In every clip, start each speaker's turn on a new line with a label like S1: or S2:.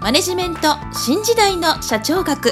S1: マネジメント新時代の社長学。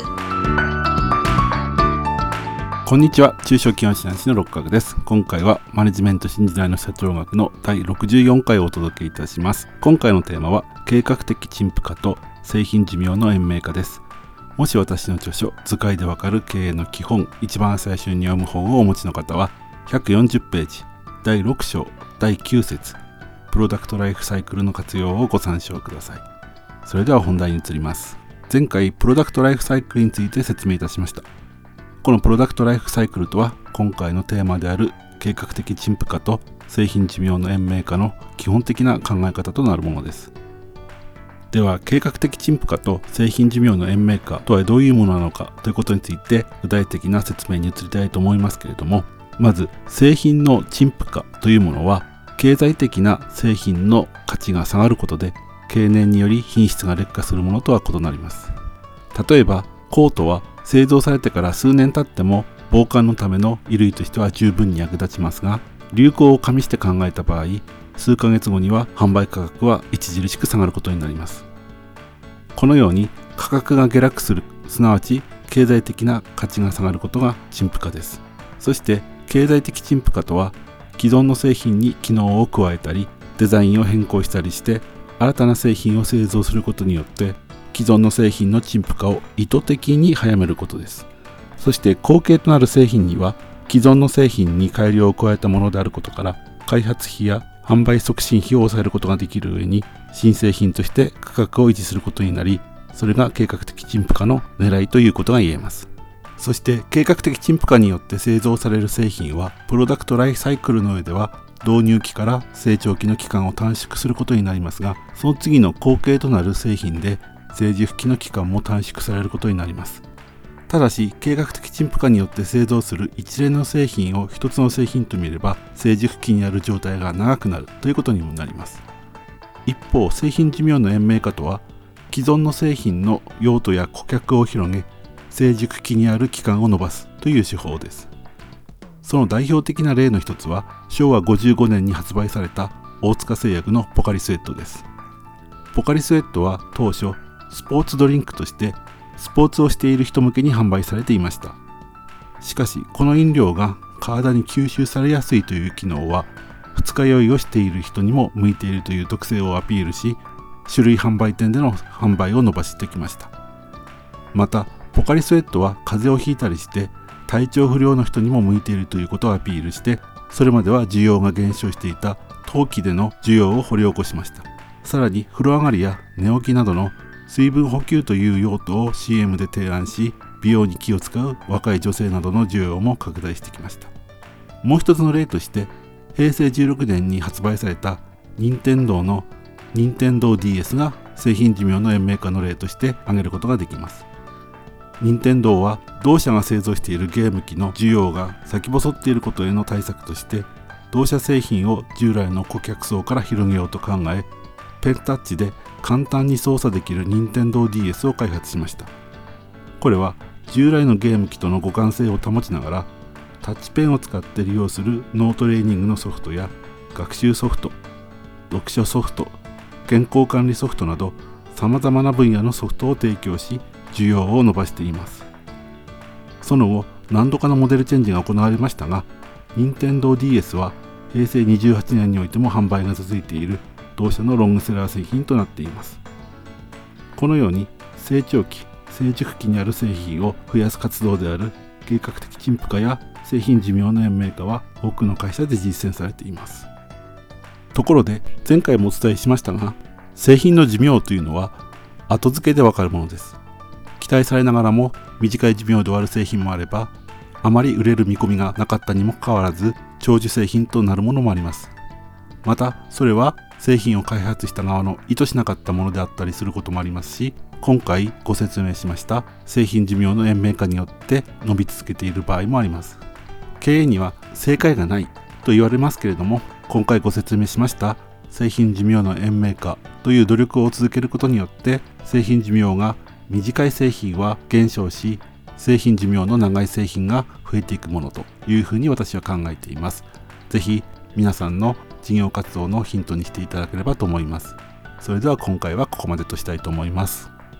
S2: こんにちは、中小企業診断士の六角です。今回はマネジメント新時代の社長学の第64回をお届けいたします。今回のテーマは計画的陳腐化と製品寿命の延命化です。もし私の著書図解でわかる経営の基本、一番最初に読む本をお持ちの方は140ページ第6章第9節プロダクトライフサイクルの活用をご参照ください。それでは本題に移ります。前回プロダクトライフサイクルについて説明いたしました。このプロダクトライフサイクルとは今回のテーマである計画的陳腐化と製品寿命の延命化の基本的な考え方となるものです。では計画的陳腐化と製品寿命の延命化とはどういうものなのかということについて具体的な説明に移りたいと思いますけれども、まず製品の陳腐化というものは経済的な製品の価値が下がることで経年により品質が劣化するものとは異なります。例えばコートは製造されてから数年経っても防寒のための衣類としては十分に役立ちますが、流行を加味して考えた場合、数ヶ月後には販売価格は著しく下がることになります。このように価格が下落する、すなわち経済的な価値が下がることが陳腐化です。そして経済的陳腐化とは既存の製品に機能を加えたりデザインを変更したりして新たな製品を製造することによって既存の製品の陳腐化を意図的に早めることです。そして後継となる製品には既存の製品に改良を加えたものであることから開発費や販売促進費を抑えることができる上に新製品として価格を維持することになり、それが計画的陳腐化の狙いということが言えます。そして計画的陳腐化によって製造される製品はプロダクトライフサイクルの上では導入期から成長期の期間を短縮することになりますが、その次の後継となる製品で成熟期の期間も短縮されることになります。ただし計画的陳腐化によって製造する一連の製品を一つの製品と見れば成熟期にある状態が長くなるということにもなります。一方製品寿命の延命化とは既存の製品の用途や顧客を広げ成熟期にある期間を延ばすという手法です。その代表的な例の一つは昭和55年に発売された大塚製薬のポカリスエットです。ポカリスエットは当初スポーツドリンクとしてスポーツをしている人向けに販売されていました。しかしこの飲料が体に吸収されやすいという機能は二日酔いをしている人にも向いているという特性をアピールし、種類販売店での販売を伸ばしてきました。またポカリスエットは風邪をひいたりして体調不良の人にも向いているということをアピールして、それまでは需要が減少していた冬季での需要を掘り起こしました。さらに風呂上がりや寝起きなどの水分補給という用途を CM で提案し、美容に気を使う若い女性などの需要も拡大してきました。もう一つの例として平成16年に発売された任天堂の任天堂 DS が製品寿命の延命化の例として挙げることができます。任天堂は同社が製造しているゲーム機の需要が先細っていることへの対策として同社製品を従来の顧客層から広げようと考え、ペンタッチで簡単に操作できる任天堂 DS を開発しました。これは従来のゲーム機との互換性を保ちながらタッチペンを使って利用する脳トレーニングのソフトや学習ソフト、読書ソフト、健康管理ソフトなどさまざまな分野のソフトを提供し需要を伸ばしています。その後何度かのモデルチェンジが行われましたが、任天堂 DS は平成28年においても販売が続いている同社のロングセラー製品となっています。このように成長期、成熟期にある製品を増やす活動である計画的陳腐化や製品寿命の延命化は多くの会社で実践されています。ところで前回もお伝えしましたが、製品の寿命というのは後付けでわかるものです。期待されながらも短い寿命で終わる製品もあれば、あまり売れる見込みがなかったにもかかわらず長寿製品となるものもあります。またそれは製品を開発した側の意図しなかったものであったりすることもありますし、今回ご説明しました製品寿命の延命化によって伸び続けている場合もあります。経営には正解がないと言われますけれども、今回ご説明しました製品寿命の延命化という努力を続けることによって製品寿命が短い製品は減少し、製品寿命の長い製品が増えていくものというふうに私は考えています。ぜひ皆さんの事業活動のヒントにしていただければと思います。それでは今回はここまでとしたいと思います。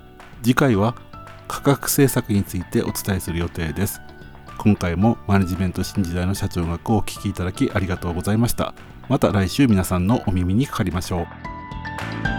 S2: 次回は価格政策についてお伝えする予定です。今回もマネジメント新時代の社長学をお聞きいただきありがとうございました。また来週皆さんのお耳にかかりましょう。